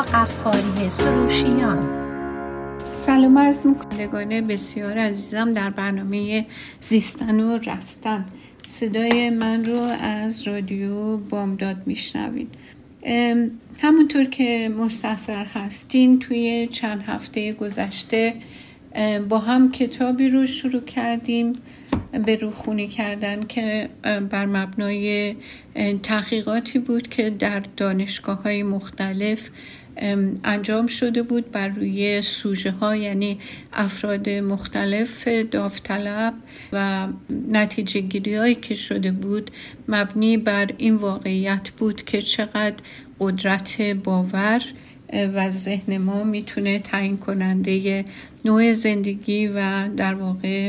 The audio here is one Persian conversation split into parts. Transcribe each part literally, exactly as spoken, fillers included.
غفاری سروشیان. سلام عرض می‌کنم بسیار عزیزم در برنامه زیستن و رستن. صدای من رو از رادیو بامداد میشنوید. همونطور که مستحضر هستین توی چند هفته گذشته با هم کتابی رو شروع کردیم به روخونی کردن که بر مبنای تحقیقاتی بود که در دانشگاه‌های مختلف انجام شده بود بر روی سوژه ها، یعنی افراد مختلف داوطلب، و نتیجه گیری هایی که شده بود مبنی بر این واقعیت بود که چقدر قدرت باور و ذهن ما میتونه تعیین کننده نوع زندگی و در واقع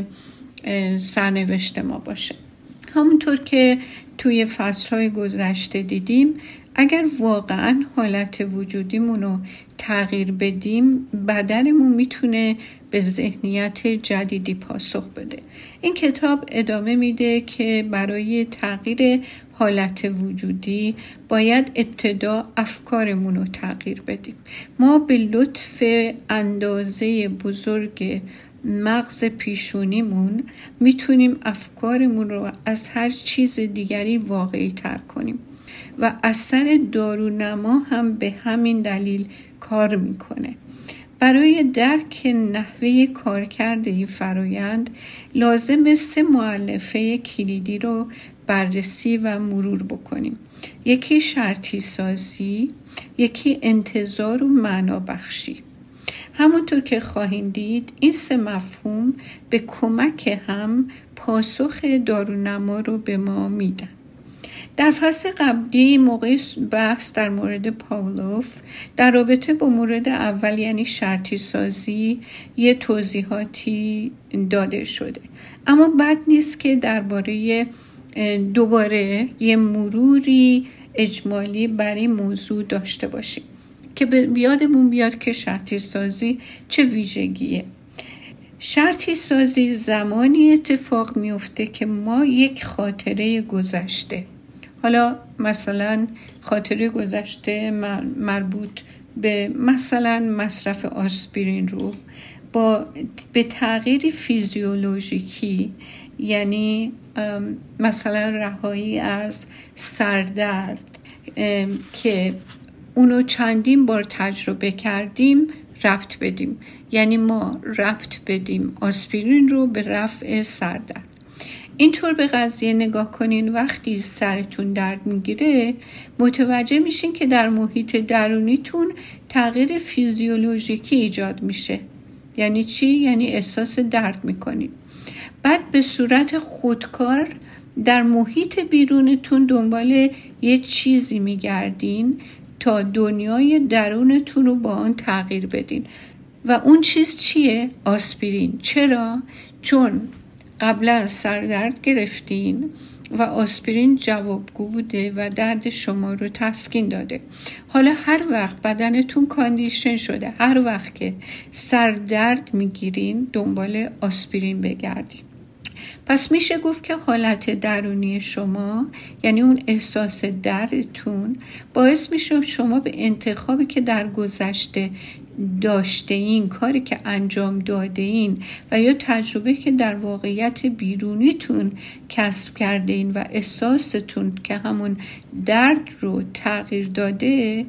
سرنوشت ما باشه. همونطور که توی فصلهای گذشته دیدیم، اگر واقعا حالت وجودیمون رو تغییر بدیم، بدنمون میتونه به ذهنیت جدیدی پاسخ بده. این کتاب ادامه میده که برای تغییر حالت وجودی باید ابتدا افکارمون رو تغییر بدیم. ما به لطف اندازه بزرگ مغز پیشونیمون میتونیم افکارمون رو از هر چیز دیگری واقعی تر کنیم و اثر دارونما هم به همین دلیل کار میکنه. برای درک نحوه کارکرد این فرایند لازم سه مؤلفه کلیدی رو بررسی و مرور بکنیم. یکی شرطی سازی، یکی انتظار و معنا بخشی. همونطور که خواهید دید این سه مفهوم به کمک هم پاسخ دارونما رو به ما میدن. در فصل قبلی موقع بحث در مورد پاولوف در رابطه با مورد اول یعنی شرطی سازی یه توضیحاتی داده شده، اما بد نیست که درباره دوباره یه مروری اجمالی بر این موضوع داشته باشیم که بیادمون بیاد که شرطی سازی چه ویژگیه. شرطی سازی زمانی اتفاق میفته که ما یک خاطره گذشته، حالا مثلا خاطره گذشته مربوط به مثلا مصرف آسپرین رو با به تغییر فیزیولوژیکی، یعنی مثلا رهایی از سردرد که اونو چندین بار تجربه کردیم ربط بدیم، یعنی ما ربط بدیم آسپرین رو به رفع سردرد. اینطور به قضیه نگاه کنین وقتی سرتون درد میگیره متوجه میشین که در محیط درونیتون تغییر فیزیولوژیکی ایجاد میشه. یعنی چی؟ یعنی احساس درد میکنین. بعد به صورت خودکار در محیط بیرونتون دنبال یه چیزی میگردین تا دنیای درونتون رو با آن تغییر بدین. و اون چیز چیه؟ آسپرین. چرا؟ چون قبلا سردرد گرفتین و آسپرین جوابگو بوده و درد شما رو تسکین داده. حالا هر وقت بدنتون کاندیشن شده، هر وقت که سردرد میگیرین دنبال آسپرین بگردین. پس میشه گفت که حالت درونی شما، یعنی اون احساس دردتون، باعث میشه شما به انتخابی که در گذشته داشته این، کاری که انجام داده این و یا تجربه که در واقعیت بیرونیتون کسب کرده این و احساستون که همون درد رو تغییر داده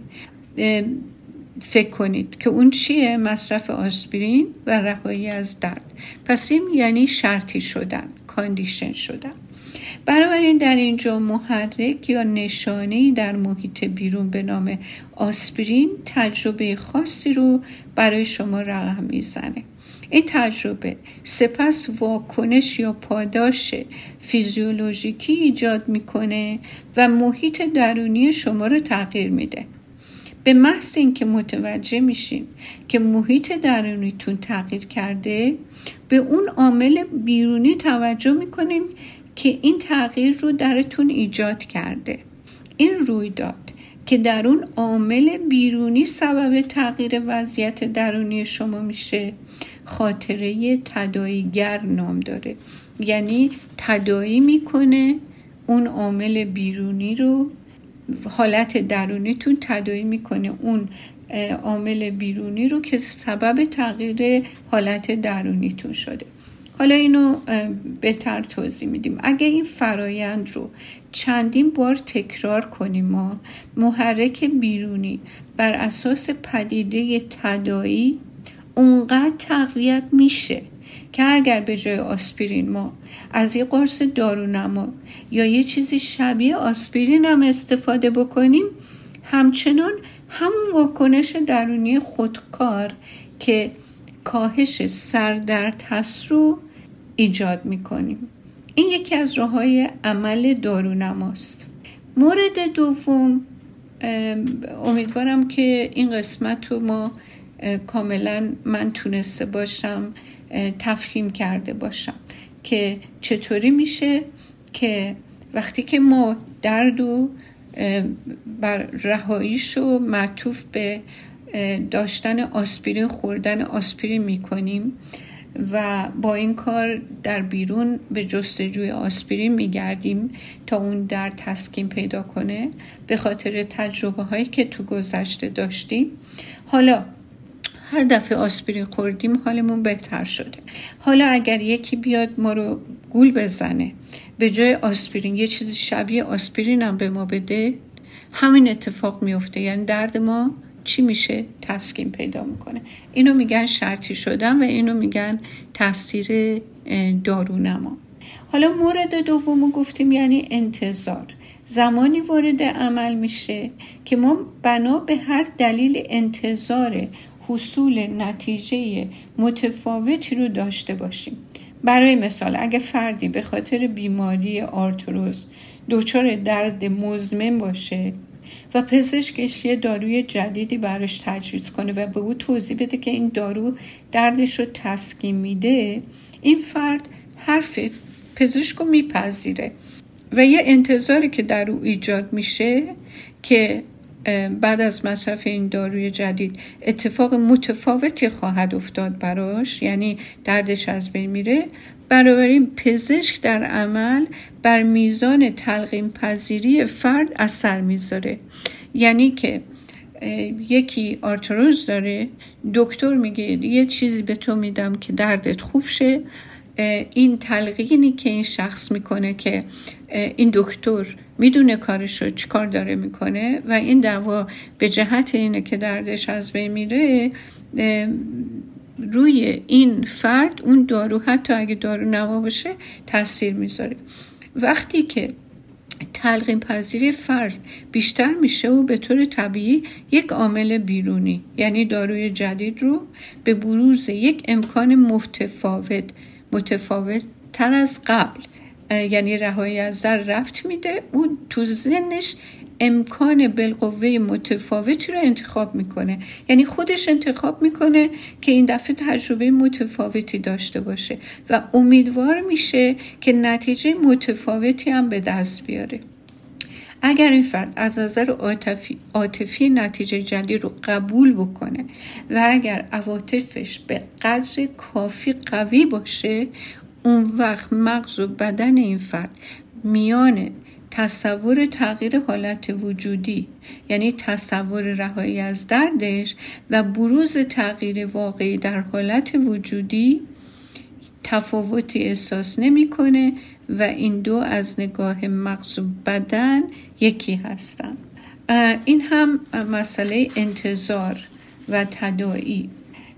فکر کنید که اون چیه؟ مصرف آسپرین و رهایی از درد. پس این یعنی شرطی شدن، کاندیشن شدن. بنابراین در اینجا محرک یا نشانه‌ای در محیط بیرون به نام آسپرین تجربه خاصی رو برای شما رقم میزنه. این تجربه سپس واکنش یا پاداش فیزیولوژیکی ایجاد میکنه و محیط درونی شما رو تغییر میده. به محض اینکه متوجه میشین که محیط درونیتون تغییر کرده، به اون عامل بیرونی توجه میکنین که این تغییر رو درتون ایجاد کرده. این رویداد که در اون عامل بیرونی سبب تغییر وضعیت درونی شما میشه، خاطره تداعیگر نام داره. یعنی تداعی میکنه اون عامل بیرونی رو، حالت درونیتون تداعی میکنه اون عامل بیرونی رو که سبب تغییر حالت درونیتون شده. حالا اینو بهتر توضیح میدیم. اگه این فرایند رو چندین بار تکرار کنیم، ما محرک بیرونی بر اساس پدیده تداعی اونقدر تقویت میشه که اگر به جای آسپرین ما از یه قرص دارونما یا یه چیزی شبیه آسپرین هم استفاده بکنیم، همچنان همون واکنش درونی خودکار که کاهش سردرد هست رو ایجاد میکنیم. این یکی از راه‌های عمل دارونماست. مورد دوم، امیدوارم که این قسمت رو ما کاملا من تونسته باشم تفهیم کرده باشم که چطوری میشه که وقتی که ما درد و بر رهاییشو معطوف به داشتن آسپرین، خوردن آسپرین میکنیم و با این کار در بیرون به جستجوی آسپرین میگردیم تا اون درد تسکین پیدا کنه به خاطر تجربه هایی که تو گذشته داشتیم. حالا هر دفعه آسپرین خوردیم حالمون بهتر شده. حالا اگر یکی بیاد ما رو گول بزنه به جای آسپرین یه چیزی شبیه آسپرین هم به ما بده، همین اتفاق میفته. یعنی درد ما چی میشه؟ تسکین پیدا میکنه. اینو میگن شرطی شدن و اینو میگن تاثیر دارونما. حالا مورد دومو گفتیم یعنی انتظار. زمانی وارد عمل میشه که ما بنا به هر دلیل انتظار حصول نتیجه متفاوتی رو داشته باشیم. برای مثال اگه فردی به خاطر بیماری آرتروز دچار درد مزمن باشه و پزشکش یه داروی جدیدی براش تجویز کنه و به او توضیح بده که این دارو دردش رو تسکین میده، این فرد حرف پزشک رو میپذیره و یه انتظاری که در او ایجاد میشه که بعد از مصرف این داروی جدید اتفاق متفاوتی خواهد افتاد براش، یعنی دردش از بین میره. بنابراین پزشک در عمل بر میزان تلقین پذیری فرد اثر میذاره. یعنی که یکی آرتروز داره، دکتر میگه یه چیزی به تو میدم که دردت خوب شه. این تلقینی که این شخص میکنه که این دکتر میدونه کارشو چی کار داره میکنه و این دوا به جهت اینه که دردش از بین میره، روی این فرد اون دارو حتی اگه دارو نما باشه تاثیر میذاره. وقتی که تلقین پذیری فرد بیشتر میشه و به طور طبیعی یک عامل بیرونی یعنی داروی جدید رو به بروز یک امکان متفاوت متفاوت تر از قبل یعنی رهایی از درد ربط میده. اون تو ذهنش امکان بالقوه متفاوتی رو انتخاب میکنه، یعنی خودش انتخاب میکنه که این دفعه تجربه متفاوتی داشته باشه و امیدوار میشه که نتیجه متفاوتی هم به دست بیاره. اگر این فرد از نظر عاطفی عاطفی نتیجه جدید رو قبول بکنه و اگر عواطفش به قدر کافی قوی باشه، اون وقت مغز و بدن این فرد میان تصور تغییر حالت وجودی یعنی تصور رهایی از دردش و بروز تغییر واقعی در حالت وجودی تفاوتی احساس نمی‌کنه و این دو از نگاه مغز و بدن یکی هستن. این هم مسئله انتظار و تداعی.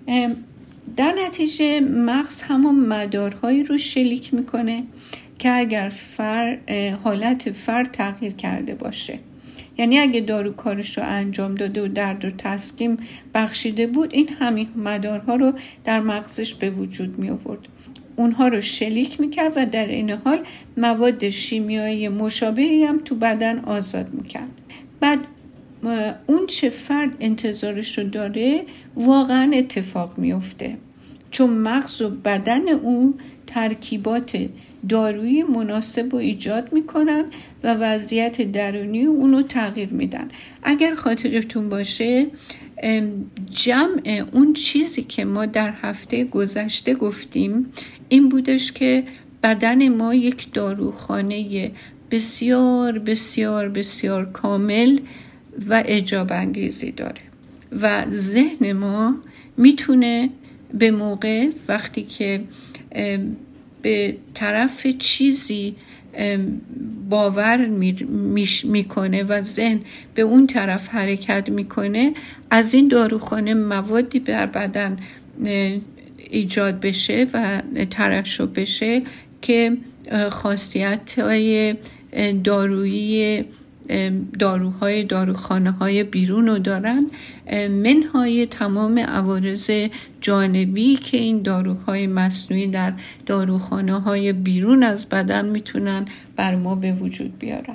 در نتیجه مغز همون مدارهایی رو شلیک میکنه که اگر فر، حالت فرد تغییر کرده باشه، یعنی اگه دارو کارش رو انجام داده و درد رو تسکین بخشیده بود، این همین مدارها رو در مغزش به وجود می آورد، اونها رو شلیک میکرد و در این حال مواد شیمیایی مشابهی هم تو بدن آزاد میکرد. بعد اون چه فرد انتظارش رو داره واقعا اتفاق میفته، چون مغز و بدن اون ترکیبات دارویی مناسب رو ایجاد میکنن و وضعیت درونی اونو تغییر میدن. اگر خاطرتون باشه جمع اون چیزی که ما در هفته گذشته گفتیم این بودش که بدن ما یک داروخانه بسیار بسیار بسیار کامل و اعجاب انگیزی داره. و ذهن ما میتونه به موقع وقتی که به طرف چیزی باور میکنه و ذهن به اون طرف حرکت میکنه، از این داروخانه موادی در بدن ایجاد بشه و ترشح بشه که خاصیت‌های دارویی داروهای داروخانه های بیرون رو دارن، منهای تمام عوارض جانبی که این داروهای مصنوعی در داروخانه های بیرون از بدن میتونن بر ما به وجود بیارن.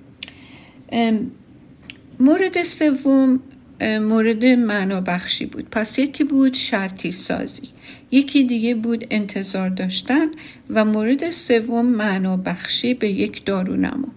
مورد سوم مورد معنا بخشی بود. پس یکی بود شرطی سازی، یکی دیگه بود انتظار داشتن و مورد سوم معنا بخشی به یک دارونما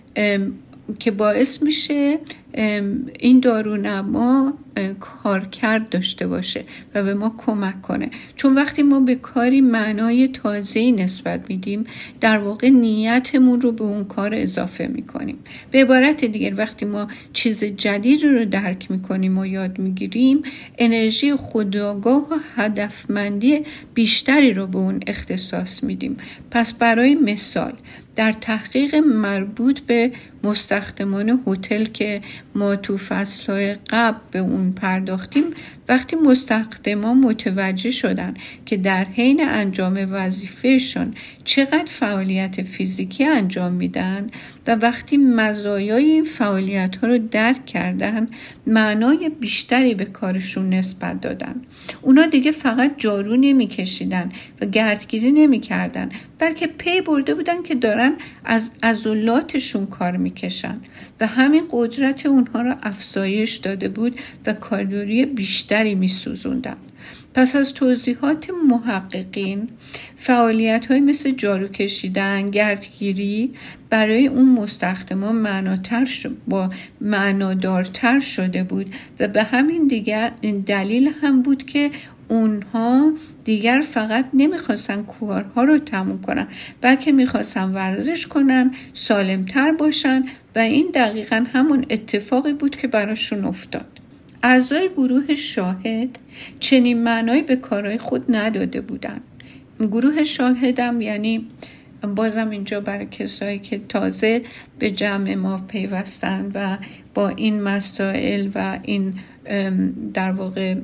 که باعث میشه این دارونما کارکرد داشته باشه و به ما کمک کنه. چون وقتی ما به کاری معنای تازه‌ای نسبت میدیم، در واقع نیتمون رو به اون کار اضافه میکنیم. به عبارت دیگر وقتی ما چیز جدید رو درک میکنیم و یاد میگیریم، انرژی خودآگاه و هدفمندی بیشتری رو به اون اختصاص میدیم. پس برای مثال در تحقیق مربوط به مستخدمان هتل که ما تو فصل‌های قبل به اون پرداختیم، وقتی مستخدمان متوجه شدن که در حین انجام وظیفهشون چقدر فعالیت فیزیکی انجام میدن و وقتی مزایای این فعالیت ها رو درک کردن، معنای بیشتری به کارشون نسبت دادن. اونا دیگه فقط جارو نمی کشیدن و گردگیری نمی کردن، بلکه پی برده بودن که دارن از عضلاتشون کار میکشن و همین قدرت اونها رو افزایش داده بود و کالری بیشتری میسوزوندن. پس از توضیحات محققین، فعالیت‌های مثل جارو کشیدن، گردگیری برای اون مستخدمان معناتر شد، با معنادارتر شده بود و به همین دیگر این دلیل هم بود که اونها دیگر فقط نمیخواستن کارها رو تموم کنن، بلکه میخواستن ورزش کنن، سالمتر باشن و این دقیقاً همون اتفاقی بود که براشون افتاد. اعضای گروه شاهد چنین معنایی به کارهای خود نداده بودن. گروه شاهدم یعنی بازم اینجا برای کسایی که تازه به جمع ما پیوستن و با این مسائل و این در واقع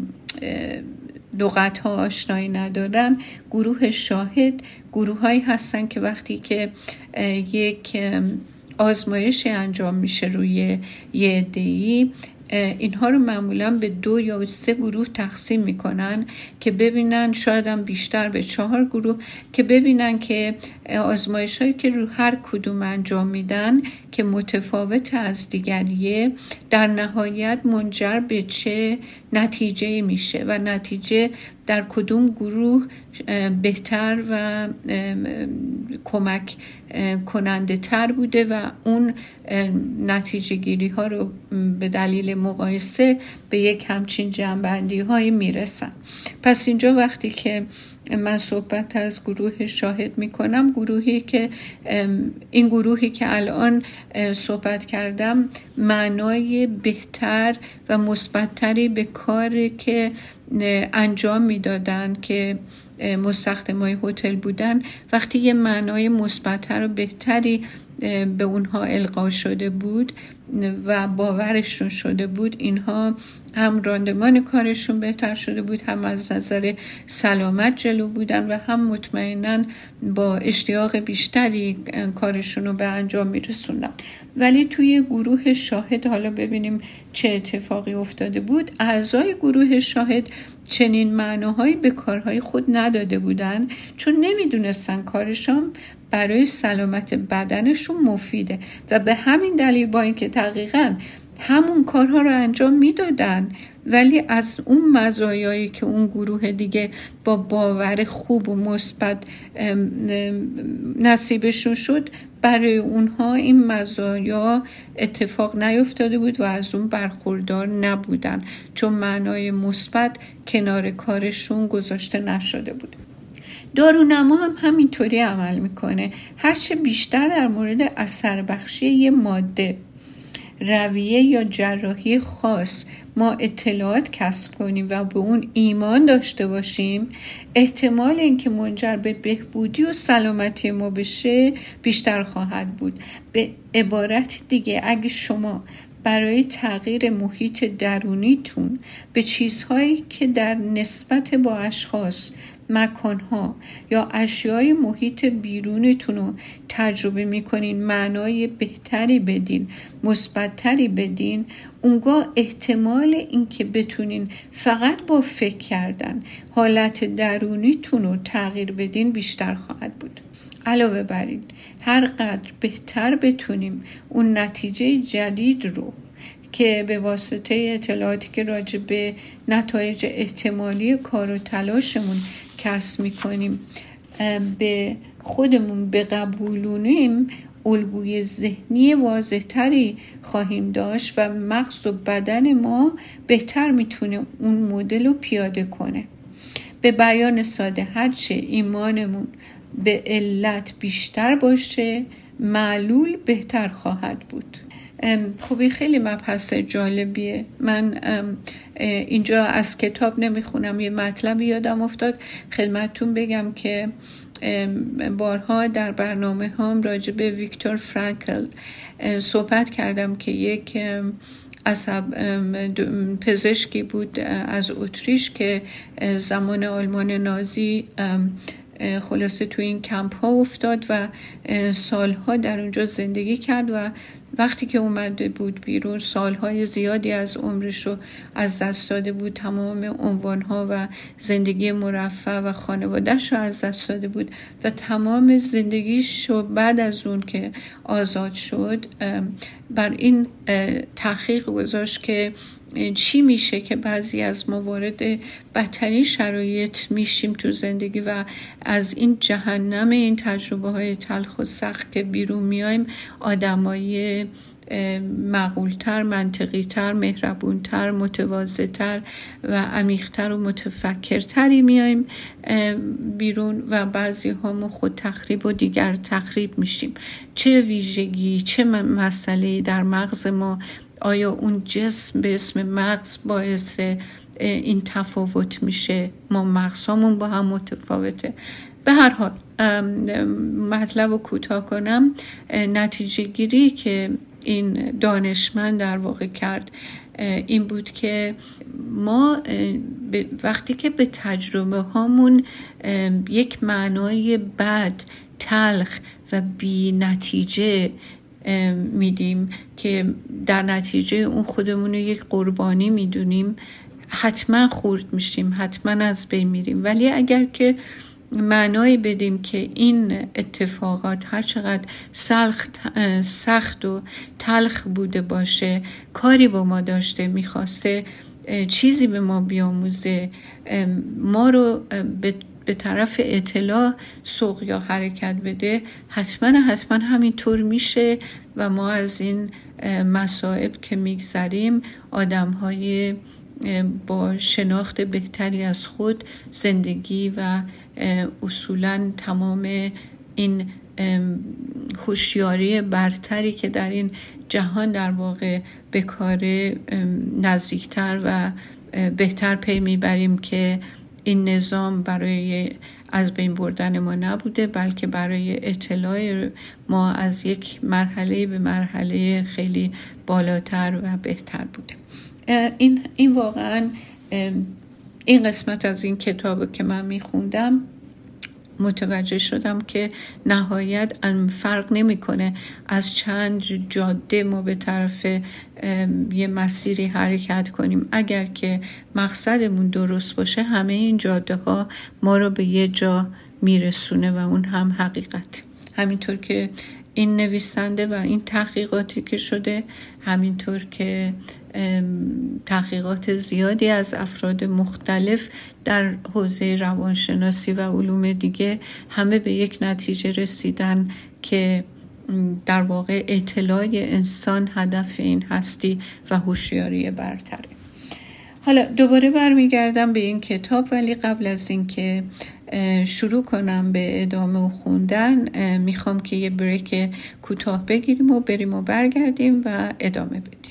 لغت ها آشنایی ندارن، گروه شاهد گروه هایی هستن که وقتی که یک آزمایشی انجام میشه روی یه عده‌ای، اینها رو معمولا به دو یا سه گروه تقسیم میکنن که ببینن، شاید هم بیشتر به چهار گروه، که ببینن که آزمایش هایی که رو هر کدوم انجام میدن که متفاوت از دیگریه، در نهایت منجر به چه نتیجه میشه و نتیجه در کدوم گروه بهتر و کمک کننده تر بوده و اون نتیجه گیری ها رو به دلیل مقایسه به یک همچین جنبندی هایی میرسن. پس اینجا وقتی که من صحبت از گروه شاهد میکنم، گروهی که این گروهی که الان صحبت کردم معنای بهتر و مثبت‌تری به کاری که انجام میدادن که مستخدمای هتل بودن، وقتی یه معنای مثبت‌تر و بهتری به اونها القا شده بود و باورشون شده بود، اینها هم راندمان کارشون بهتر شده بود، هم از نظر سلامت جلو بودن و هم مطمئناً با اشتیاق بیشتری کارشون رو به انجام میرسوندن. ولی توی گروه شاهد حالا ببینیم چه اتفاقی افتاده بود. اعضای گروه شاهد چنین معناهایی به کارهای خود نداده بودن، چون نمیدونستن کارشون برای سلامت بدنشون مفیده و به همین دلیل با اینکه دقیقاً همون کارها رو انجام میدادن، ولی از اون مزایایی که اون گروه دیگه با باور خوب و مثبت نصیبشون شد، برای اونها این مزایا اتفاق نیفتاده بود و از اون برخوردار نبودن، چون معنای مثبت کنار کارشون گذاشته نشده بود. دارونما هم همینطوری عمل میکنه. هرچه بیشتر در مورد اثر بخشی یه ماده رویه یا جراحی خاص ما اطلاعات کسب کنیم و به اون ایمان داشته باشیم، احتمال اینکه منجر به بهبودی و سلامتی ما بشه بیشتر خواهد بود. به عبارت دیگه اگه شما برای تغییر محیط درونیتون به چیزهایی که در نسبت با اشخاص، مکانها یا اشیای محیط بیرونتون رو تجربه میکنین معنای بهتری بدین، مثبت‌تری بدین، اونگاه احتمال اینکه بتونین فقط با فکر کردن حالت درونیتون رو تغییر بدین بیشتر خواهد بود. علاوه بر این، هر قدر بهتر بتونیم اون نتیجه جدید رو که به واسطه اطلاعاتی که راجع به نتایج احتمالی کار و تلاشمون کسب میکنیم به خودمون بقبولونیم، الگوی ذهنی واضح‌تری خواهیم داشت و مغز و بدن ما بهتر میتونه اون مدل رو پیاده کنه. به بیان ساده، هرچه ایمانمون به علت بیشتر باشه، معلول بهتر خواهد بود. خوبی خیلی مبحث جالبیه. من اینجا از کتاب نمیخونم، یه مطلبی یادم افتاد خدمتتون بگم که بارها در برنامه هم راجع به ویکتور فرانکل صحبت کردم که یک عصب پزشکی بود از اتریش که زمان آلمان نازی خلاصه تو این کمپ ها افتاد و سالها در اونجا زندگی کرد و وقتی که اومده بود بیرون سالهای زیادی از عمرش رو از دست داده بود، تمام عنوانها و زندگی مرفه و خانواده‌اش رو از دست داده بود و تمام زندگیش رو بعد از اون که آزاد شد بر این تحقیق گذاشت که چی میشه که بعضی از ما وارد بدترین شرایط میشیم تو زندگی و از این جهنم این تجربه های تلخ و سخت که بیرون میایم آدمای معقولتر، منطقیتر، مهربونتر، متواضع‌تر و عمیق‌تر و متفکرتری میایم بیرون و بعضی ها ما خود تخریب و دیگر تخریب میشیم. چه ویژگی، چه مسئله در مغز ما، آیا اون جسم به اسم مغز باعث این تفاوت میشه؟ ما مغزامون با هم متفاوته. به هر حال مطلب رو کوتاه کنم، نتیجه گیری که این دانشمند در واقع کرد این بود که ما وقتی که به تجربه هامون یک معنای بد، تلخ و بی نتیجه میدیم که در نتیجه اون خودمون رو یک قربانی میدونیم، حتما خورد میشیم، حتما از بین میریم. ولی اگر که معنایی بدیم که این اتفاقات هر چقدر سخت و تلخ بوده باشه، کاری با ما داشته، میخواسته چیزی به ما بیاموزه، ما رو به به طرف اطلاع سوق یا حرکت بده، حتما حتما همینطور میشه و ما از این مصائب که میگذریم آدم‌های با شناخت بهتری از خود، زندگی و اصولاً تمام این هوشیاری برتری که در این جهان در واقع به کار نزدیکتر و بهتر پی میبریم که این نظام برای از بین بردن ما نبوده، بلکه برای اطلاع ما از یک مرحله به مرحله خیلی بالاتر و بهتر بوده. این این واقعا این قسمت از این کتاب که من میخوندم متوجه شدم که نهایت فرق نمیکنه از چند جاده ما به طرف یه مسیری حرکت کنیم، اگر که مقصدمون درست باشه همه این جاده ها ما رو به یه جا میرسونه و اون هم حقیقت. همینطور که این نویسنده و این تحقیقاتی که شده، همینطور که تحقیقات زیادی از افراد مختلف در حوزه روانشناسی و علوم دیگه، همه به یک نتیجه رسیدن که در واقع اطلاع انسان هدف این هستی و هوشیاری برتره. حالا دوباره برمیگردم به این کتاب، ولی قبل از این که شروع کنم به ادامه و خوندن میخوام که یه بریک کوتاه بگیریم و بریم و برگردیم و ادامه بدیم.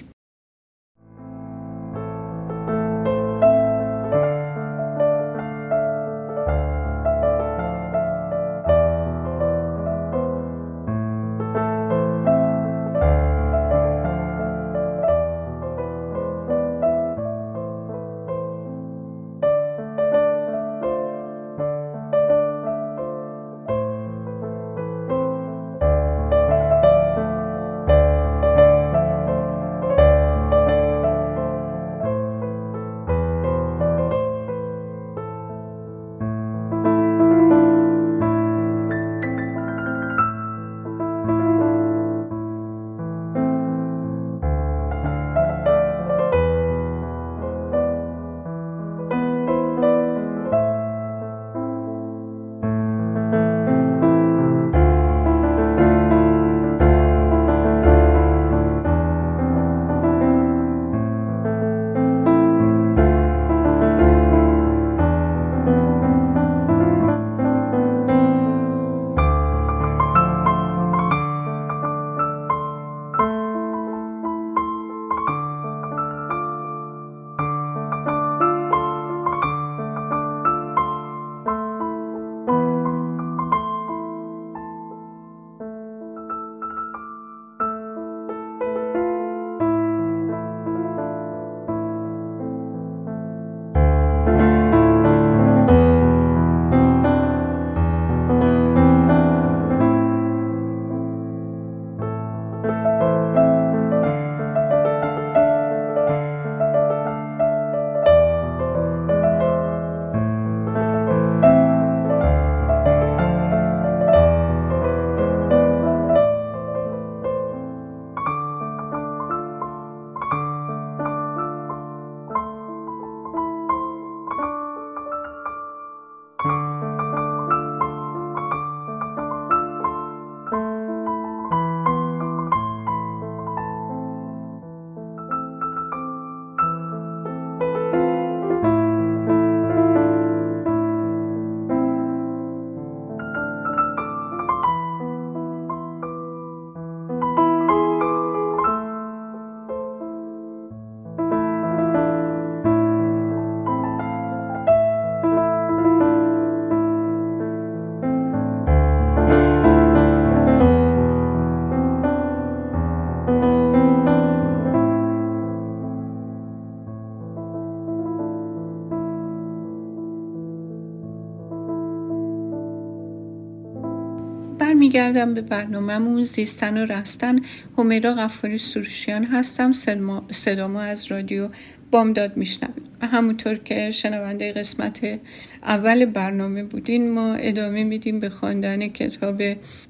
برمیگردم به برنامه‌مون زیستن و رستن. همیرا غفاری سروشیان هستم. صدامو از رادیو بامداد میشنوید. همونطور که شنونده قسمت اول برنامه بودین، ما ادامه میدیم به خواندن کتاب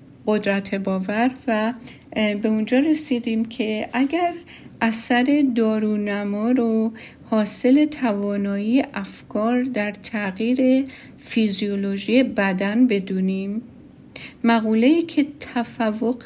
قدرت باور و به اونجا رسیدیم که اگر اثر دارونما رو حاصل توانایی افکار در تغییر فیزیولوژی بدن بدونیم، مقوله‌ای که تفوق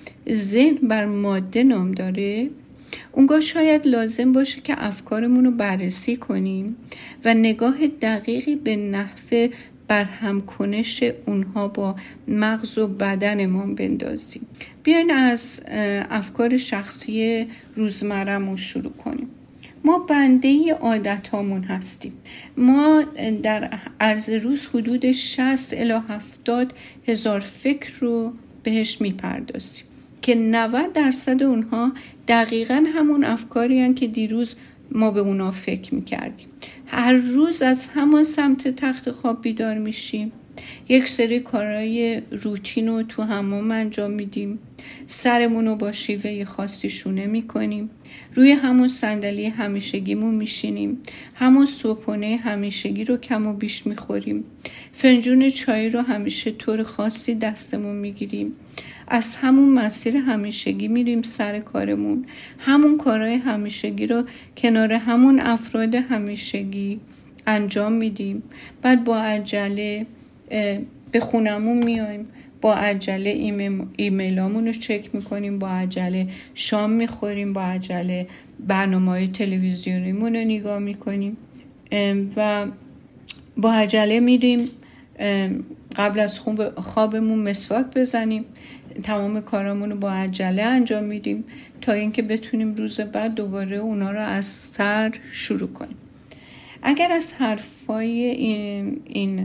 ذهن بر ماده نام داره، اونگاه شاید لازم باشه که افکارمون رو بررسی کنیم و نگاه دقیقی به نحو برهم کنش اونها با مغز و بدنمون بندازیم. بیاین از افکار شخصی روزمره‌مون شروع کنیم. ما بنده عادتامون هستیم. ما در عرض روز حدود شصت الی هفتاد هزار فکر رو بهش میپردازیم که نود درصد اونها دقیقاً همون افکاری هستند که دیروز ما به اونا فکر میکردیم. هر روز از همان سمت تخت خواب بیدار میشیم، یک سری کارهای روتین رو تو حمام انجام میدیم، سرمون رو با شیوه خاصی شونه میکنیم، روی همون صندلی همیشگیمون میشینیم، همون صبحونه همیشگی رو کم و بیش میخوریم، فنجون چای رو همیشه طور خاصی دستمون میگیریم، از همون مسیر همیشگی میریم سر کارمون، همون کارهای همیشگی رو کنار همون افراد همیشگی انجام میدیم. بعد با عجله به خونمون میایم، با عجله ایمیلامون رو چک میکنیم، با عجله شام میخوریم، با عجله برنامه‌های تلویزیونیمون رو نگاه میکنیم و با عجله میریم قبل از خوابمون مسواک بزنیم. تمام کارامون رو با عجله انجام میدیم تا اینکه بتونیم روز بعد دوباره اونا رو از سر شروع کنیم. اگر از حرفای این, این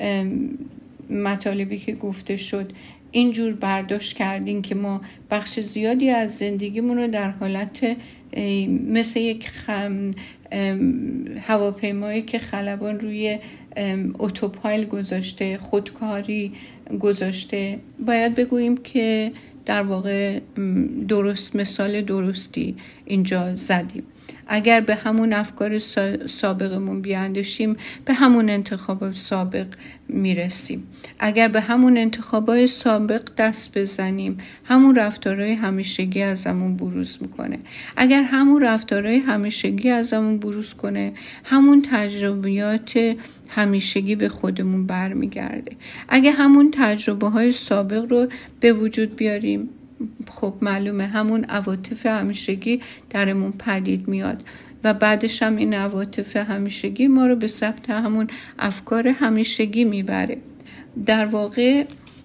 مطالبی که گفته شد اینجور برداشت کردین که ما بخش زیادی از زندگیمون رو در حالت مثل یک خم هواپیمایی که خلبان روی اتوپایل گذاشته، خودکاری گذاشته، باید بگوییم که در واقع درست مثال درستی اینجا زدیم. اگر به همون افکار سابقمون بیاندیشیم به همون انتخاب سابق میرسیم. اگر به همون انتخابای سابق دست بزنیم همون رفتارهای همیشگی ازمون بروز میکنه. اگر همون رفتارهای همیشگی ازمون بروز کنه همون تجربیات همیشگی به خودمون برمیگرده. اگر همون تجربه های سابق رو به وجود بیاریم خب معلومه همون عواطف همیشگی درمون پدید میاد و بعدش هم این عواطف همیشگی ما رو به ثبت همون افکار همیشگی میبره. در واقع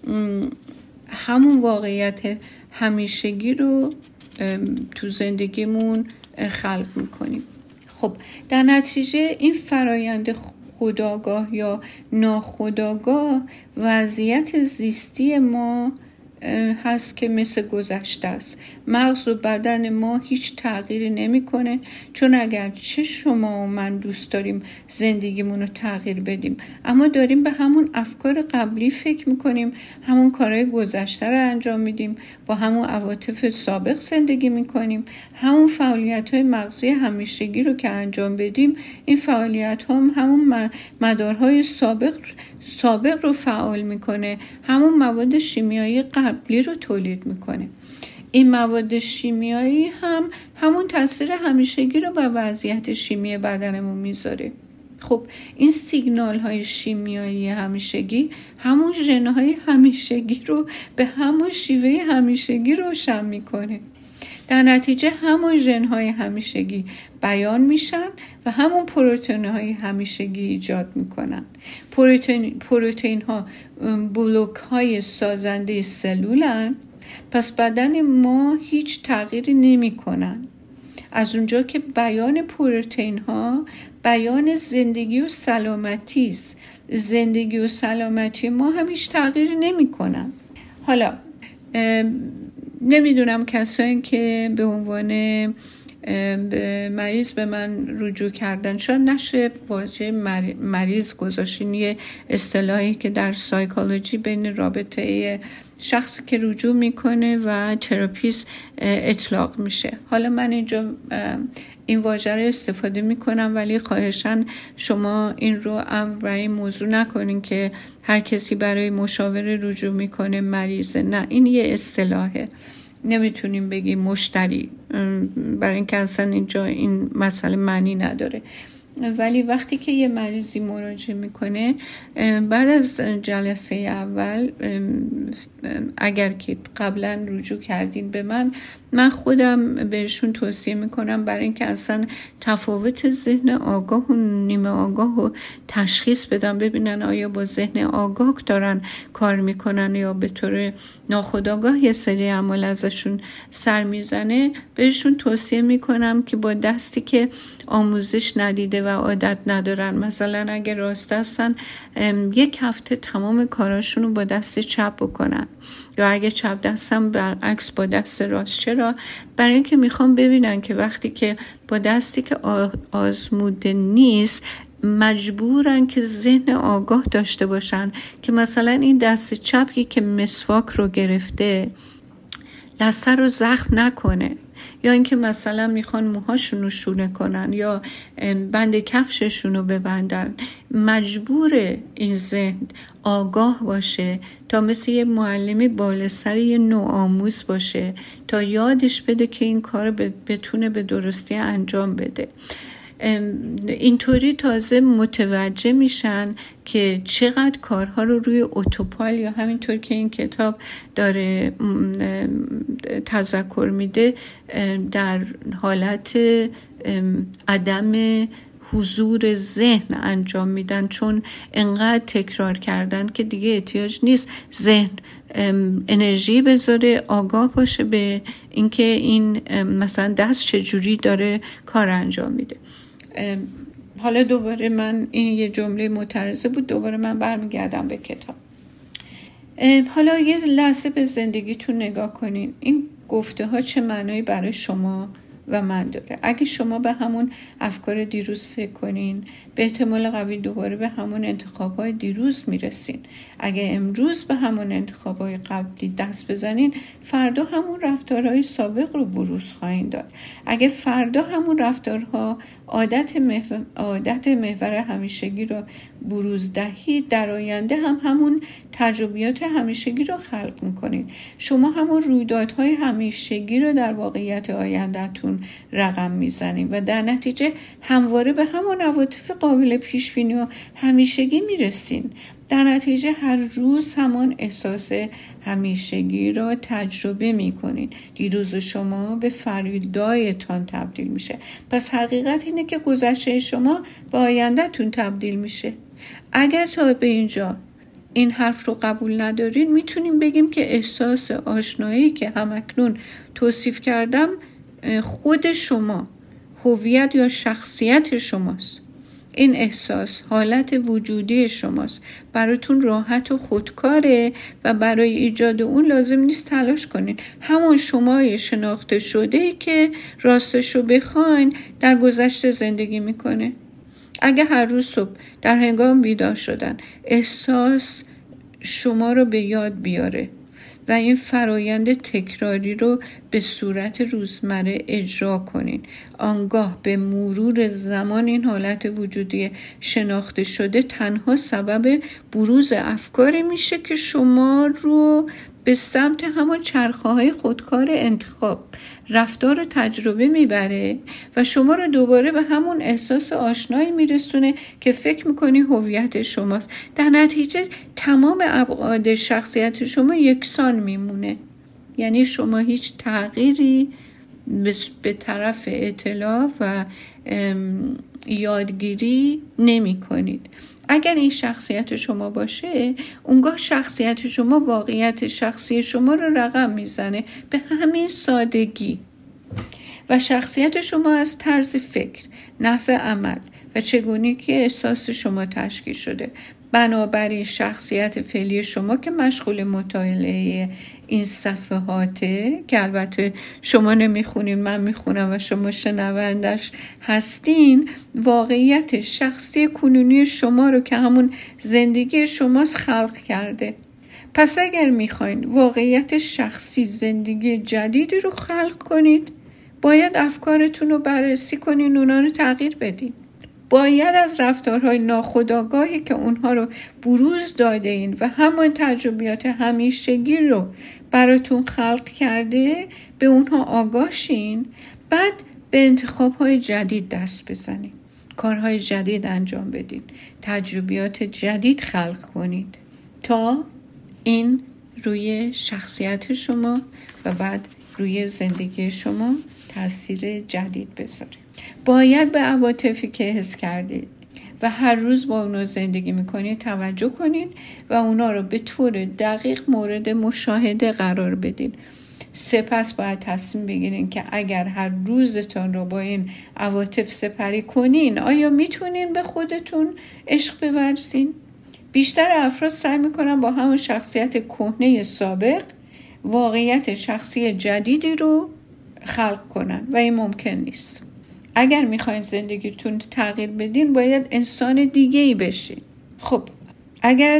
همون واقعیت همیشگی رو تو زندگیمون خلق میکنیم. خب در نتیجه این فرایند خودآگاه یا ناخودآگاه وضعیت زیستی ما هست که مثل گذشته است. مغز و بدن ما هیچ تغییری نمیکنه، چون اگر چه شما و من دوست داریم زندگیمون رو تغییر بدیم اما داریم به همون افکار قبلی فکر میکنیم، همون کارهای گذشته رو انجام میدیم، با همون عواطف سابق زندگی میکنیم، همون فعالیت‌های مغزی همیشگی رو که انجام بدیم این فعالیت‌ها هم همون مدارهای سابق سابق رو فعال میکنه، همون مواد شیمیایی قبلی رو تولید میکنه. این مواد شیمیایی هم همون تاثیر همیشگی رو بر وضعیت شیمی بدنمون میذاره. خب این سیگنال های شیمیایی همیشگی همون ژن های همیشگی رو به همون شیوه همیشگی روشن میکنه. در نتیجه همون ژن های همیشگی بیان میشن و همون پروتئین های همیشگی ایجاد میکنن. پروتئین پروتئین ها بلوک های سازنده سلولن، پس بدن ما هیچ تغییری نمیکنن. از اونجا که بیان پروتئین ها بیان زندگی و سلامتی است، زندگی و سلامتی ما هم هیچ تغییری نمیکنن. حالا نمیدونم کسایی که به عنوان مریض به من رجوع کردن شاید نشه واژه مریض گذاشتین، یه اصطلاحی که در سایکولوژی بین رابطه شخصی که رجوع میکنه و تراپیست اطلاق میشه. حالا من اینجا این واژه رو استفاده میکنم ولی خواهشاً شما این رو امر برای این موضوع نکنین که هر کسی برای مشاوره رجوع میکنه مریضه. نه، این یه اصطلاحه، نمیتونیم بگیم مشتری، برای اینکه اصلا اینجا این مسئله معنی نداره. ولی وقتی که یه مریضی مراجعه میکنه بعد از جلسه اول اگر که قبلا رجوع کردین به من من خودم بهشون توصیه میکنم برای اینکه اصلا تفاوت ذهن آگاه و نیمه آگاه رو تشخیص بدن، ببینن آیا با ذهن آگاه دارن کار میکنن یا به طور ناخودآگاه یه سری اعمال ازشون سر میزنه. بهشون توصیه میکنم که با دستی که آموزش ندیده و عادت ندارن، مثلا اگه راست هستن یک هفته تمام کاراشون رو با دست چپ بکنن، یا اگه چپ دستم برعکس با دست راست. چرا؟ برای اینکه میخوام ببینن که وقتی که با دستی که آزموده نیست مجبورن که ذهن آگاه داشته باشن که مثلا این دست چپی که مسواک رو گرفته لثه رو زخم نکنه، یا اینکه مثلا میخوان موهاشون رو شونه کنن یا بند کفششون رو ببندن. مجبور این ذهن آگاه باشه تا مثل یه معلمی بالاسر یه نوآموز باشه تا یادش بده که این کار بتونه به درستی انجام بده. اینطوری تازه متوجه میشن که چقدر کارها رو روی اتوپایل یا همینطور که این کتاب داره تذکر میده در حالت عدم حضور ذهن انجام میدن، چون انقدر تکرار کردن که دیگه احتیاج نیست ذهن انرژی بذاره، آگاه باشه به اینکه این مثلا دست چجوری داره کار انجام میده. حالا دوباره من این یه جمله معترضه بود، دوباره من برمیگردم به کتاب. حالا یه لحظه به زندگیتون نگاه کنین، این گفته ها چه معنایی برای شما و من داره. اگه شما به همون افکار دیروز فکر کنین، به احتمال قوی دوباره به همون انتخاب‌های دیروز میرسین. اگه امروز به همون انتخاب‌های قبلی دست بزنین، فردا همون رفتارهای سابق رو بروز خواهید داد. اگه فردا همون رفتارها عادت محور, عادت محور همیشگی رو بروز دهید، در آینده هم همون تجربیات همیشگی رو خلق میکنید. شما همون رویدادهای همیشگی رو در واقعیت آیندهتون رقم میزنید و در نتیجه همواره به همون عواطف قابل پیش بینی و همیشگی میرسین. در نتیجه هر روز همان احساس همیشگی را تجربه میکنین. دیروز شما به فردایتان تبدیل میشه. پس حقیقت اینه که گذشته شما به آیندهتون تبدیل میشه. اگر تا به اینجا این حرف رو قبول ندارین، میتونیم بگیم که احساس آشنایی که همکنون توصیف کردم خود شما، هویت یا شخصیت شماست. این احساس حالت وجودی شماست، براتون راحت و خودکاره و برای ایجاد اون لازم نیست تلاش کنین. همون شمای شناخته شده‌ای که راستش رو بخواین در گذشته زندگی میکنه. اگه هر روز صبح در هنگام بیدار شدن احساس شما رو به یاد بیاره و این فرایند تکراری رو به صورت روزمره اجرا کنین، آنگاه به مرور زمان این حالت وجودی شناخته شده تنها سبب بروز افکاری میشه که شما رو به سمت همون چرخه‌های خودکار انتخاب رفتار تجربه میبره و شما رو دوباره به همون احساس آشنایی میرسونه که فکر میکنی هویت شماست. در نتیجه تمام ابعاد شخصیت شما یکسان میمونه، یعنی شما هیچ تغییری به طرف اطلاع و یادگیری نمی کنید. اگر این شخصیت شما باشه، اونگاه شخصیت شما واقعیت شخصی شما رو رقم میزنه به همین سادگی. و شخصیت شما از طرز فکر، نحو عمل و چگونگی که احساس شما تشکیل شده. بنابراین شخصیت فعلی شما که مشغول مطالعه این صفحاته، که البته شما نمیخونین، من میخونم و شما شنوندش هستین، واقعیت شخصی کنونی شما رو که همون زندگی شماست خلق کرده. پس اگر میخواین واقعیت شخصی زندگی جدیدی رو خلق کنید، باید افکارتون رو بررسی کنین، اونا رو تغییر بدین. باید از رفتارهای ناخودآگاهی که اونها رو بروز داده این و همان تجربیات همیشگی رو براتون خلق کرده به اونها آگاه شین، بعد به انتخابهای جدید دست بزنید، کارهای جدید انجام بدید، تجربیات جدید خلق کنید تا این روی شخصیت شما و بعد روی زندگی شما تاثیر جدید بذاره. باید به عواطفی که حس کردید و هر روز با اونا زندگی میکنید توجه کنید و اونا رو به طور دقیق مورد مشاهده قرار بدید. سپس باید تصمیم بگیرین که اگر هر روزتان رو با این عواطف سپری کنین، آیا میتونین به خودتون عشق بورزین؟ بیشتر افراد سعی میکنن با همون شخصیت کهنه سابق واقعیت شخصی جدیدی رو خلق کنن و این ممکن نیست. اگر میخواین زندگیتون تغییر بدین، باید انسان دیگه‌ای بشین. خب اگر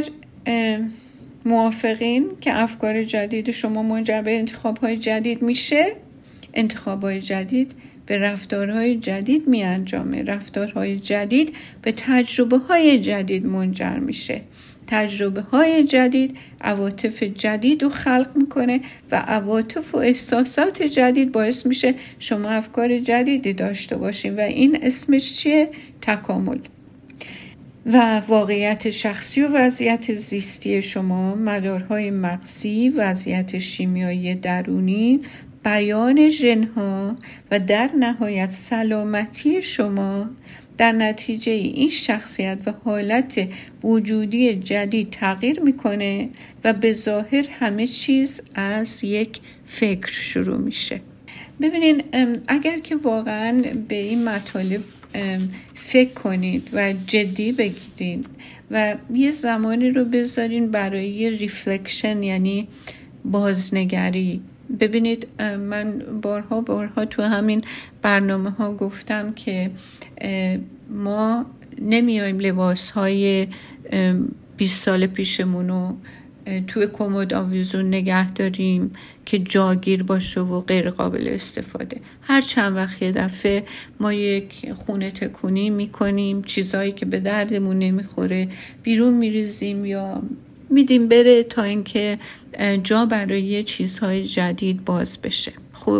موافقین که افکار جدید شما منجر به انتخاب‌های جدید میشه، انتخاب‌های جدید به رفتارهای جدید میانجامه، رفتارهای جدید به تجربه‌های جدید منجر میشه. تجربه های جدید عواطف جدید رو خلق میکنه و عواطف و احساسات جدید باعث میشه شما افکار جدیدی داشته باشین و این اسمش چیه؟ تکامل. و واقعیت شخصی و وضعیت زیستی شما، مدارهای مغزی، وضعیت شیمیایی درونی، بیان ژن‌ها و در نهایت سلامتی شما در نتیجه این شخصیت و حالت وجودی جدید تغییر میکنه و به ظاهر همه چیز از یک فکر شروع میشه. ببینین اگر که واقعا به این مطالب فکر کنید و جدی بگیرید و یه زمانی رو بذارین برای ریفلکشن، یعنی بازنگری. ببینید من بارها بارها تو همین برنامه ها گفتم که ما نمیایم لباس های بیست سال پیشمونو توی کمد آویزون نگه داریم که جاگیر باشه و غیر قابل استفاده. هر چند وقت یه دفعه ما یک خونه تکونی میکنیم، چیزایی که به دردمون نمیخوره بیرون میریزیم یا میدیم بره تا اینکه جا برای چیزهای جدید باز بشه. خب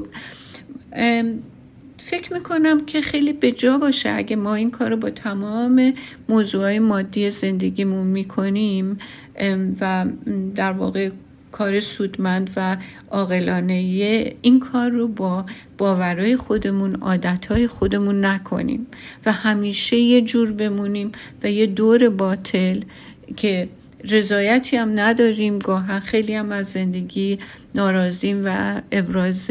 فکر میکنم که خیلی به جا باشه اگه ما این کار رو با تمام موضوعهای مادی زندگیمون میکنیم و در واقع کار سودمند و عاقلانه این کار رو با باورهای خودمون، عادتهای خودمون نکنیم و همیشه یه جور بمونیم و یه دور باطل که رضایتی هم نداریم، گاهی خیلی هم از زندگی ناراضیم و ابراز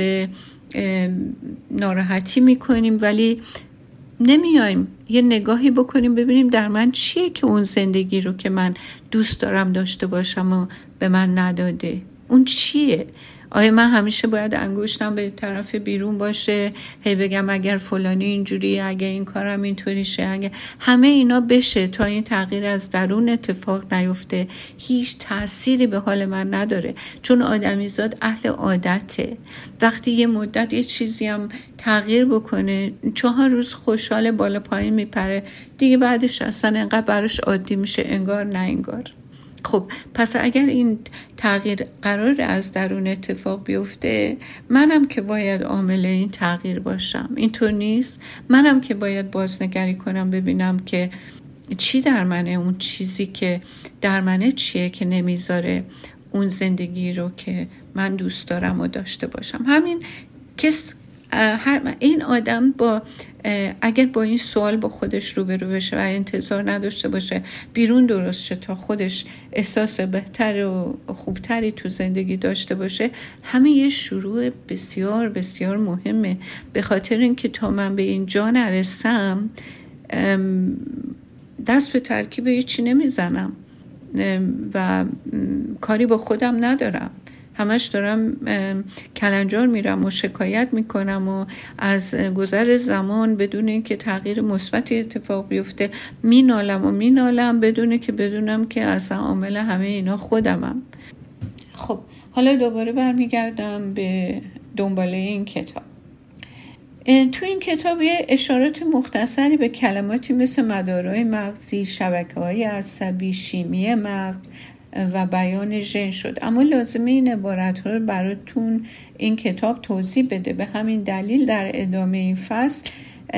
ناراحتی میکنیم ولی نمیایم یه نگاهی بکنیم ببینیم در من چیه که اون زندگی رو که من دوست دارم داشته باشم و به من نداده. اون چیه؟ آیا من همیشه باید انگشتم به طرف بیرون باشه، هی بگم اگر فلانی اینجوریه، اگر این کارم اینطوری شه، اگر همه اینا بشه تا این تغییر از درون اتفاق نیفته، هیچ تأثیری به حال من نداره. چون آدمیزاد اهل عادته. وقتی یه مدت یه چیزی هم تغییر بکنه، چهار روز خوشحال بالا پایین میپره، دیگه بعدش اصلا انقدر براش عادی میشه انگار نه انگار. خب پس اگر این تغییر قرار از درون اتفاق بیفته، منم که باید عامل این تغییر باشم. اینطور نیست؟ منم که باید بازنگری کنم ببینم که چی در منه، اون چیزی که در منه چیه که نمیذاره اون زندگی رو که من دوست دارم و داشته باشم. همین کس این آدم با اگر با این سوال با خودش روبرو بشه و انتظار نداشته باشه بیرون درست شه تا خودش احساس بهتر و خوبتری تو زندگی داشته باشه، همین یه شروع بسیار بسیار مهمه. به خاطر اینکه تا من به این جا نرسم دست به ترکیب هیچی نمیزنم و کاری با خودم ندارم. همش دارم کلنجار میرم و شکایت میکنم و از گذر زمان بدون اینکه تغییر مثبتی اتفاق بیفته مینالم و مینالم بدون که بدونم که اصلا عامل همه اینا خودمم. خب حالا دوباره برمیگردم به دنباله این کتاب. تو این کتاب یه اشارات مختصری به کلماتی مثل مدارهای مغزی، شبکه‌های عصبی، شیمی مغز و بیان ژن شد، اما لازمه این عبارت‌ها رو براتون این کتاب توضیح بده. به همین دلیل در ادامه این فصل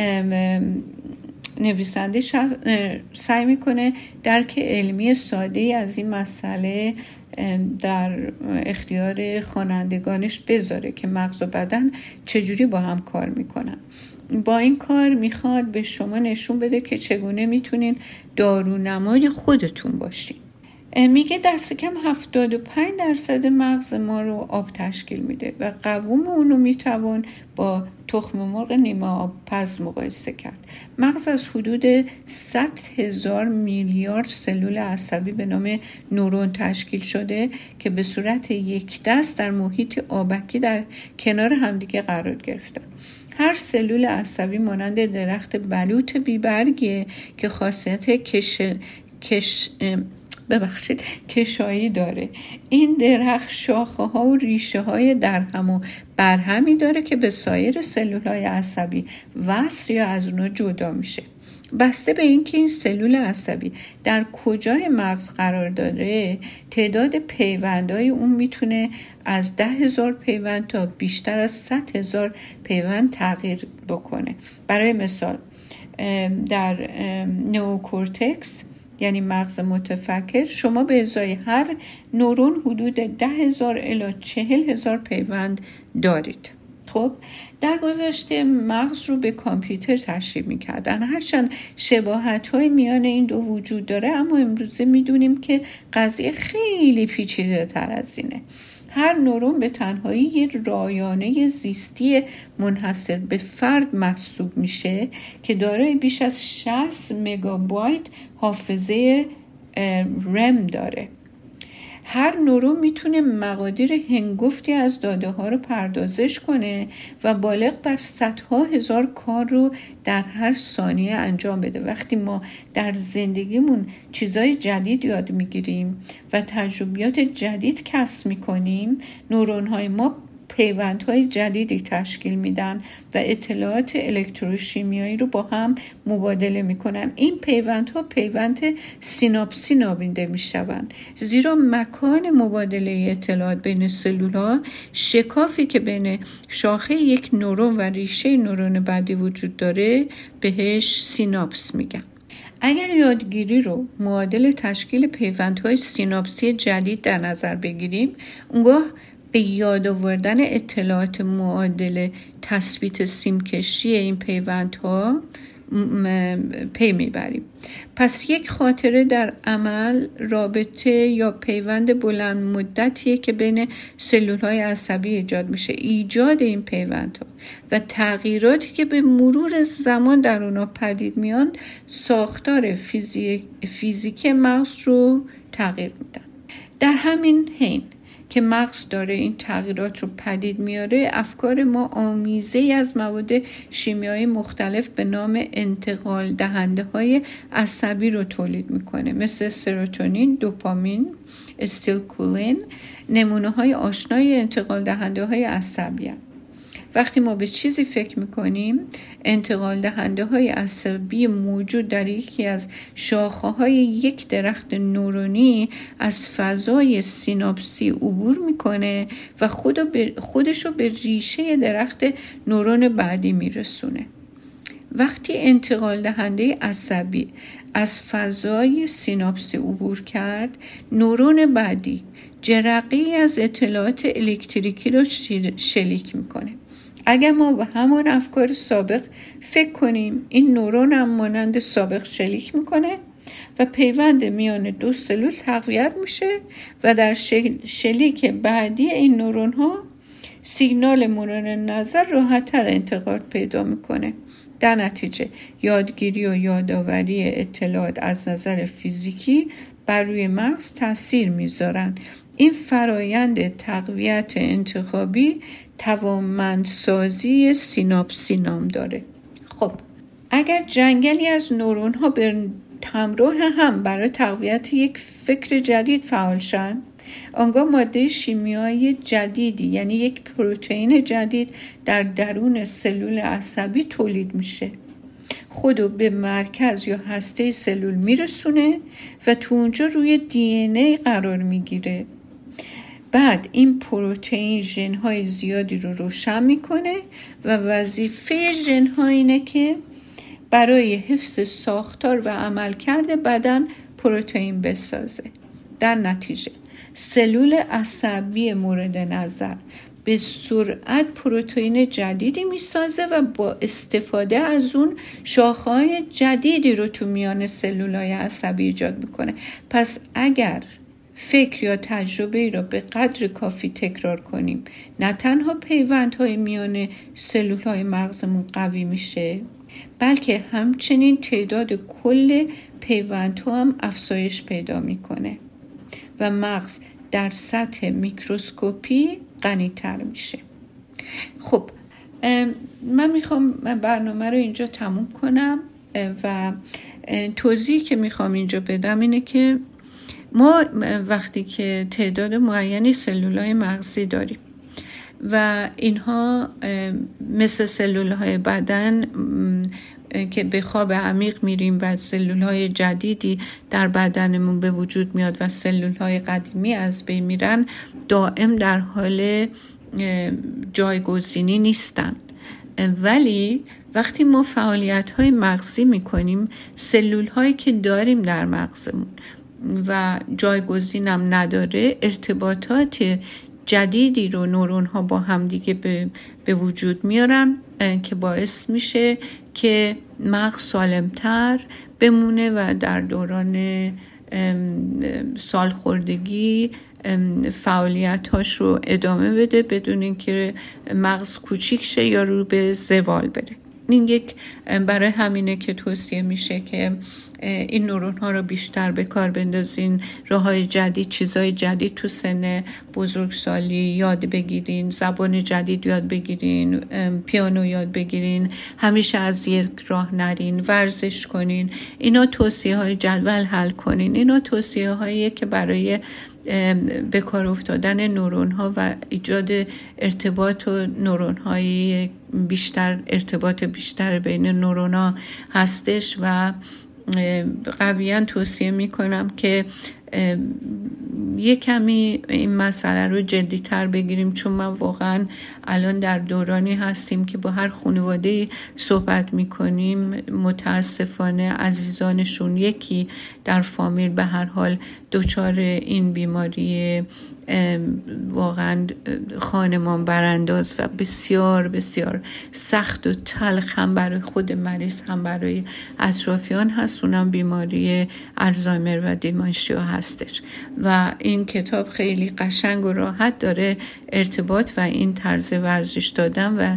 نویسنده سعی میکنه درک علمی ساده‌ای از این مسئله در اختیار خوانندگانش بذاره که مغز و بدن چجوری با هم کار میکنن. با این کار میخواد به شما نشون بده که چگونه میتونین دارونمای خودتون باشین. میگه دست کم هفتاد و پنج درصد مغز ما رو آب تشکیل میده و قوام اونو میتوان با تخم مرغ نیمه آب پز مقایسه کرد. مغز از حدود صد هزار میلیارد سلول عصبی به نام نورون تشکیل شده که به صورت یک دست در محیط آبکی در کنار همدیگه قرار گرفتن. هر سلول عصبی مانند درخت بلوط بیبرگیه که خاصیت کش کش ببخشید کشایی داره. این درخت شاخه ها و ریشه های در هم و برهمی داره که به سایر سلول های عصبی وصل یا از اونا جدا میشه. بسته به اینکه این سلول عصبی در کجای مغز قرار داره، تعداد پیوندهای اون میتونه از ده هزار پیوند تا بیشتر از صد هزار پیوند تغییر بکنه. برای مثال در نئوکورتکس یعنی مغز متفکر، شما به ازای هر نورون حدود ده هزار الی چهل هزار پیوند دارید. خب در گذشته مغز رو به کامپیوتر تشبیه می‌کردن، هرچند شباهت‌های میان این دو وجود داره، اما امروزه می‌دونیم که قضیه خیلی پیچیده‌تر از اینه. هر نورون به تنهایی یک رایانه زیستی منحصر به فرد محسوب میشه که دارای بیش از شصت مگابایت حافظه رم داره. هر نورون میتونه مقادیر هنگفتی از داده ها رو پردازش کنه و بالغ بر صدها هزار کار رو در هر ثانیه انجام بده. وقتی ما در زندگیمون چیزای جدید یاد میگیریم و تجربیات جدید کسب میکنیم، نورون های ما پیوندهای جدیدی تشکیل میدن و اطلاعات الکتروشیمیایی رو با هم مبادله میکنن. این پیوندها پیوند سیناپسی نامیده میشوند، زیرا مکان مبادله اطلاعات بین سلولها، شکافی که بین شاخه یک نورون و ریشه نورون بعدی وجود داره، بهش سیناپس میگن. اگر یادگیری رو معادل تشکیل پیوندهای سیناپسی جدید در نظر بگیریم، اونگاه به یاد آوردن اطلاعات معادل تثبیت سیمکشی این پیوندها پی میبریم. پس یک خاطره در عمل رابطه یا پیوند بلند مدتیه که بین سلولهای عصبی ایجاد میشه. ایجاد این پیوندها و تغییراتی که به مرور زمان در اونا پدید میان، ساختار فیزیک فیزیکی مغز رو تغییر میدن. در همین حین که مغز داره این تغییرات رو پدید میاره، افکار ما آمیزه از مواد شیمیایی مختلف به نام انتقال دهنده های عصبی رو تولید میکنه، مثل سروتونین، دوپامین، استیلکولین، نمونه های آشنای انتقال دهنده های عصبی هست. وقتی ما به چیزی فکر میکنیم، انتقال دهنده های عصبی موجود در یکی از شاخه های یک درخت نورونی از فضای سیناپسی عبور میکنه و خودش رو به ریشه درخت نورون بعدی میرسونه. وقتی انتقال دهنده عصبی از فضای سیناپسی عبور کرد، نورون بعدی جرقه‌ای از اطلاعات الکتریکی رو شلیک میکنه. اگر ما به همان افکار سابق فکر کنیم، این نورون هم مانند سابق شلیک میکنه و پیوند میان دو سلول تقویت میشه و در شلیک بعدی این نورون ها سیگنال مورد نظر راحت‌تر انتقال پیدا میکنه. در نتیجه یادگیری و یادآوری اطلاعات از نظر فیزیکی بر روی مغز تاثیر میذارن. این فرایند تقویت انتخابی توانمندسازی سیناپسی نام داره. خب اگر جنگلی از نورون ها به همراه هم برای تقویت یک فکر جدید فعال شن، آنگاه ماده شیمیایی جدیدی یعنی یک پروتئین جدید در درون سلول عصبی تولید میشه. خودو به مرکز یا هسته سلول میرسونه و تو اونجا روی دی ان ای قرار میگیره. بعد این پروتئین ژن‌های زیادی رو روشن میکنه و وظیفه ژن‌ها اینه که برای حفظ ساختار و عملکرد بدن پروتئین بسازه. در نتیجه سلول عصبی مورد نظر به سرعت پروتئین جدیدی میسازه و با استفاده از اون شاخه‌های جدیدی رو تو میان سلول‌های عصبی ایجاد میکنه. پس اگر فکر یا تجربه ای را به قدر کافی تکرار کنیم، نه تنها پیوندهای میان سلولهای مغزمون قوی میشه، بلکه همچنین تعداد کل پیوندها هم افزایش پیدا میکنه و مغز در سطح میکروسکوپی غنی‌تر میشه. خب من میخوام برنامه رو اینجا تموم کنم و توضیحی که میخوام اینجا بدم اینه که ما وقتی که تعداد معینی سلول‌های مغزی داریم و اینها مثل سلول‌های بدن که به خواب عمیق میریم و سلولهای جدیدی در بدنمون به وجود میاد و سلولهای قدیمی از بین میرن، دائم در حال جایگزینی نیستن. ولی وقتی ما فعالیت‌های مغزی می‌کنیم، سلول‌هایی که داریم در مغزمون و جایگزینم نداره، ارتباطات جدیدی رو نورون‌ها با همدیگه به, به وجود میارن که باعث میشه که مغز سالمتر بمونه و در دوران سالخوردگی فعالیت‌هاش رو ادامه بده بدون اینکه مغز کوچیک شه یا رو به زوال بره. این یک برای همینه که توصیه میشه که این نورون ها رو بیشتر به کار بندازین، راه‌های جدید، چیزهای جدید تو سن بزرگسالی یاد بگیرین، زبان جدید یاد بگیرین، پیانو یاد بگیرین، همیشه از یک راه نرین، ورزش کنین. اینا توصیه های جدول حل کنین. اینا توصیه هاییه که برای به کار افتادن نورون ها و ایجاد ارتباط و نورون های بیشتر، ارتباط بیشتر بین نورون ها هستش و قویاً توصیه می کنم که یه کمی این مسئله رو جدی‌تر بگیریم، چون من واقعاً الان در دورانی هستیم که با هر خانواده‌ای صحبت می‌کنیم، متاسفانه عزیزانشون یکی در فامیل به هر حال دچار این بیماری واقعاً خانمان برانداز و بسیار بسیار سخت و تلخ هم برای خود مریض هم برای اطرافیان هست، اونم بیماری آلزایمر و دیمنشیا هستش. و این کتاب خیلی قشنگ و راحت داره ارتباط و این طرز ورزش دادن و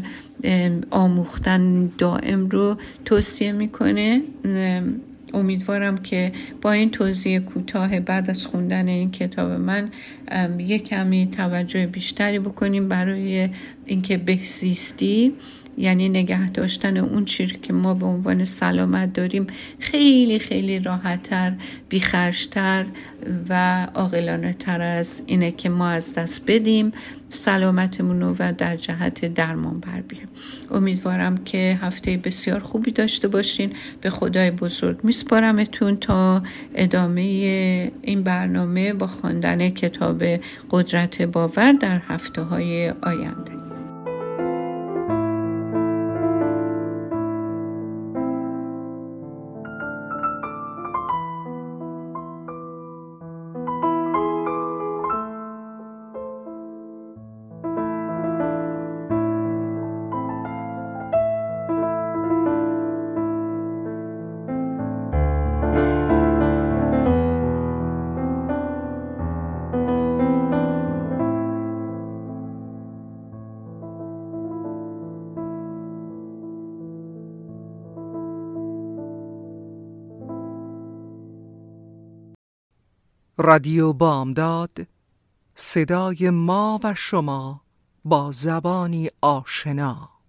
آموختن دائم رو توصیه میکنه. امیدوارم که با این توضیح کوتاه بعد از خوندن این کتاب من یک کمی توجه بیشتری بکنیم برای اینکه بهزیستی، یعنی نگه داشتن اون چیزی که ما به عنوان سلامت داریم، خیلی خیلی راحت‌تر، بی‌خرج‌تر و عاقلانه تر از اینه که ما از دست بدیم سلامتمون رو و در جهت درمان بر بیاریم. امیدوارم که هفته بسیار خوبی داشته باشین. به خدای بزرگ میسپارمتون تا ادامه این برنامه با خواندن کتاب قدرت باور در هفته‌های آینده. رادیو بامداد، صدای ما و شما با زبانی آشنا.